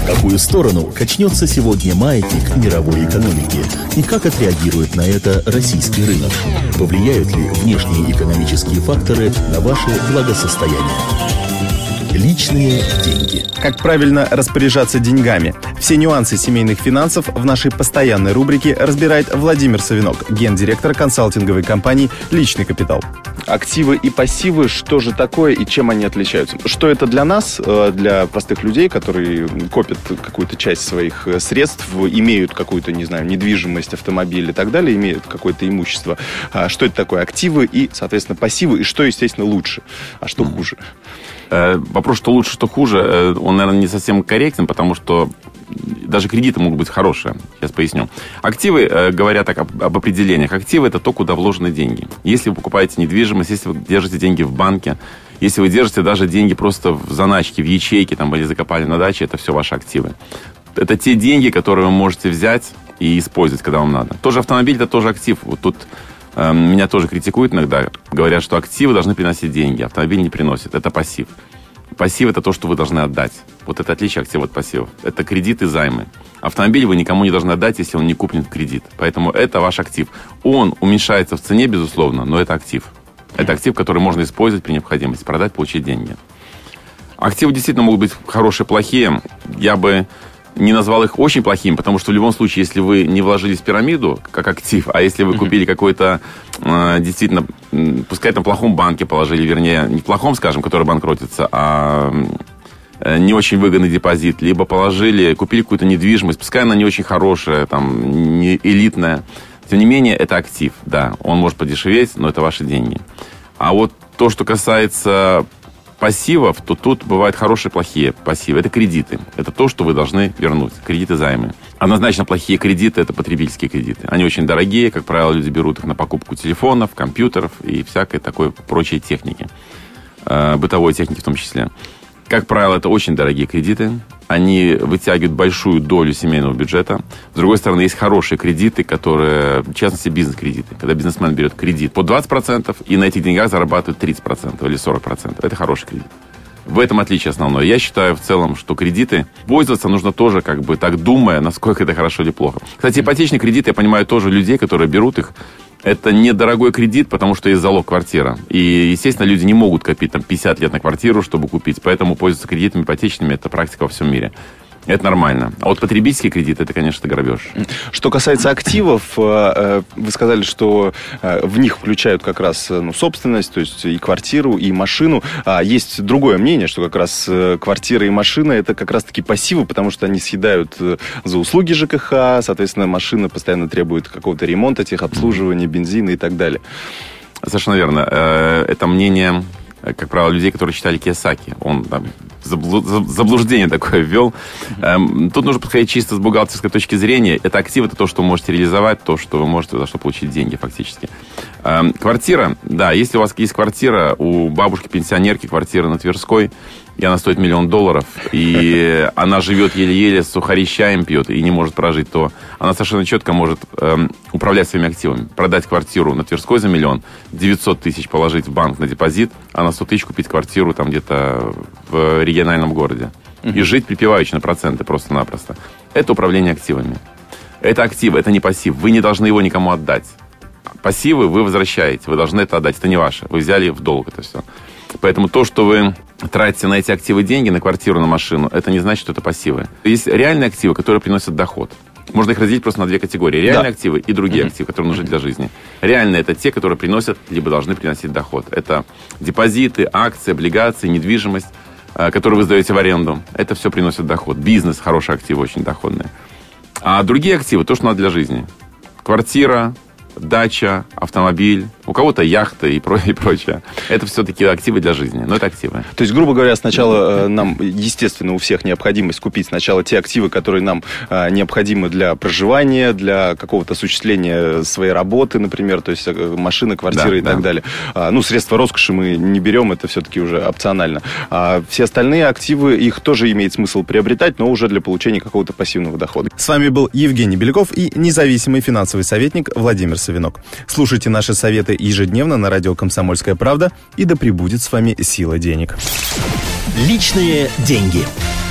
какую сторону качнется сегодня маятник мировой экономики и как отреагирует на это российский рынок? Повлияют ли внешние экономические факторы на ваше благосостояние? Личные деньги. Как правильно распоряжаться деньгами? Все нюансы семейных финансов в нашей постоянной рубрике разбирает Владимир Савинок, гендиректор консалтинговой компании «Личный капитал». Активы и пассивы, что же такое и чем они отличаются? Что это для нас, для простых людей, которые копят какую-то часть своих средств, имеют какую-то, не знаю, недвижимость, автомобиль и так далее, имеют какое-то имущество. Что это такое? Активы и, соответственно, пассивы, и что, естественно, лучше, а что хуже? Вопрос, что лучше, что хуже, он, наверное, не совсем корректен, потому что даже кредиты могут быть хорошие. Сейчас поясню. Активы, говоря так об определениях, активы – это то, куда вложены деньги. Если вы покупаете недвижимость, если вы держите деньги в банке, если вы держите даже деньги просто в заначке, в ячейке, там, или закопали на даче, это все ваши активы. Это те деньги, которые вы можете взять и использовать, когда вам надо. Тоже автомобиль – это тоже актив. Вот тут меня тоже критикуют иногда. Говорят, что активы должны приносить деньги, автомобиль не приносит. Это пассив. Пассив – это то, что вы должны отдать. Вот это отличие актива от пассивов. Это кредиты, займы. Автомобиль вы никому не должны отдать, если он не куплен в кредит. Поэтому это ваш актив. Он уменьшается в цене, безусловно, но это актив. Это актив, который можно использовать при необходимости. Продать, получить деньги. Активы действительно могут быть хорошие, плохие. Я бы не назвал их очень плохими, потому что в любом случае, если вы не вложились в пирамиду как актив, а если вы купили какой-то действительно, пускай там в плохом банке положили, вернее, не в плохом, скажем, который банкротится, а не очень выгодный депозит, либо положили, купили какую-то недвижимость, пускай она не очень хорошая, там, не элитная, тем не менее, это актив, да, он может подешеветь, но это ваши деньги. А вот то, что касается пассивов, то тут бывают хорошие и плохие пассивы. Это кредиты. Это то, что вы должны вернуть. Кредиты, займы. Однозначно плохие кредиты – это потребительские кредиты. Они очень дорогие. Как правило, люди берут их на покупку телефонов, компьютеров и всякой такой прочей техники. Бытовой техники в том числе. Как правило, это очень дорогие кредиты. Они вытягивают большую долю семейного бюджета. С другой стороны, есть хорошие кредиты, которые, в частности, бизнес-кредиты. Когда бизнесмен берет кредит под 20% и на этих деньгах зарабатывает 30% или 40%. Это хороший кредит. В этом отличие основное. Я считаю в целом, что кредиты пользоваться нужно тоже, как бы так думая, насколько это хорошо или плохо. Кстати, ипотечный кредит, я понимаю тоже людей, которые берут их. Это недорогой кредит, потому что есть залог квартира. И, естественно, люди не могут копить там 50 лет на квартиру, чтобы купить. Поэтому пользоваться кредитами ипотечными – это практика во всем мире. Это нормально. А вот потребительский кредит – это, конечно, грабеж. Что касается активов, вы сказали, что в них включают как раз собственность, то есть и квартиру, и машину. А есть другое мнение, что как раз квартира и машина – это как раз-таки пассивы, потому что они съедают за услуги ЖКХ, соответственно, машина постоянно требует какого-то ремонта, техобслуживания, бензина и так далее. Совершенно верно. Это мнение, как правило, людей, которые читали Кийосаки. Он там заблуждение такое ввел. Тут нужно подходить чисто с бухгалтерской точки зрения. Это актив, это то, что вы можете реализовать, то, что вы можете за что получить деньги фактически. Квартира, да, если у вас есть квартира, у бабушки-пенсионерки квартира на Тверской, и она стоит $1 миллион, и она живет еле-еле, сухари с чаем пьет и не может прожить, то она совершенно четко может управлять своими активами. Продать квартиру на Тверской за $1 миллион, 900 тысяч положить в банк на депозит, а на 100 тысяч купить квартиру там где-то в региональном городе. И жить припеваючи на проценты просто-напросто. Это управление активами. Это активы, это не пассив. Вы не должны его никому отдать. Пассивы вы возвращаете, вы должны это отдать. Это не ваше. Вы взяли в долг это все. Поэтому то, что вы тратите на эти активы деньги, на квартиру, на машину, это не значит, что это пассивы. Есть реальные активы, которые приносят доход. Можно их разделить просто на две категории. Реальные активы и другие активы, которые нужны для жизни. Реальные – это те, которые приносят, либо должны приносить доход. Это депозиты, акции, облигации, недвижимость, которые вы сдаете в аренду. Это все приносит доход. Бизнес – хорошие активы, очень доходные. А другие активы – то, что надо для жизни. Квартира, дача, автомобиль, у кого-то яхта и прочее. Это все-таки активы для жизни, но это активы. То есть, грубо говоря, сначала нам, естественно, у всех необходимость купить сначала те активы, которые нам необходимы для проживания, для какого-то осуществления своей работы, например, то есть машины, квартиры и так далее. Средства роскоши мы не берем, это все-таки уже опционально. А все остальные активы, их тоже имеет смысл приобретать, но уже для получения какого-то пассивного дохода. С вами был Евгений Беляков и независимый финансовый советник Владимир Савинок. Слушайте наши советы ежедневно на радио «Комсомольская правда», и да пребудет с вами сила денег. Личные деньги.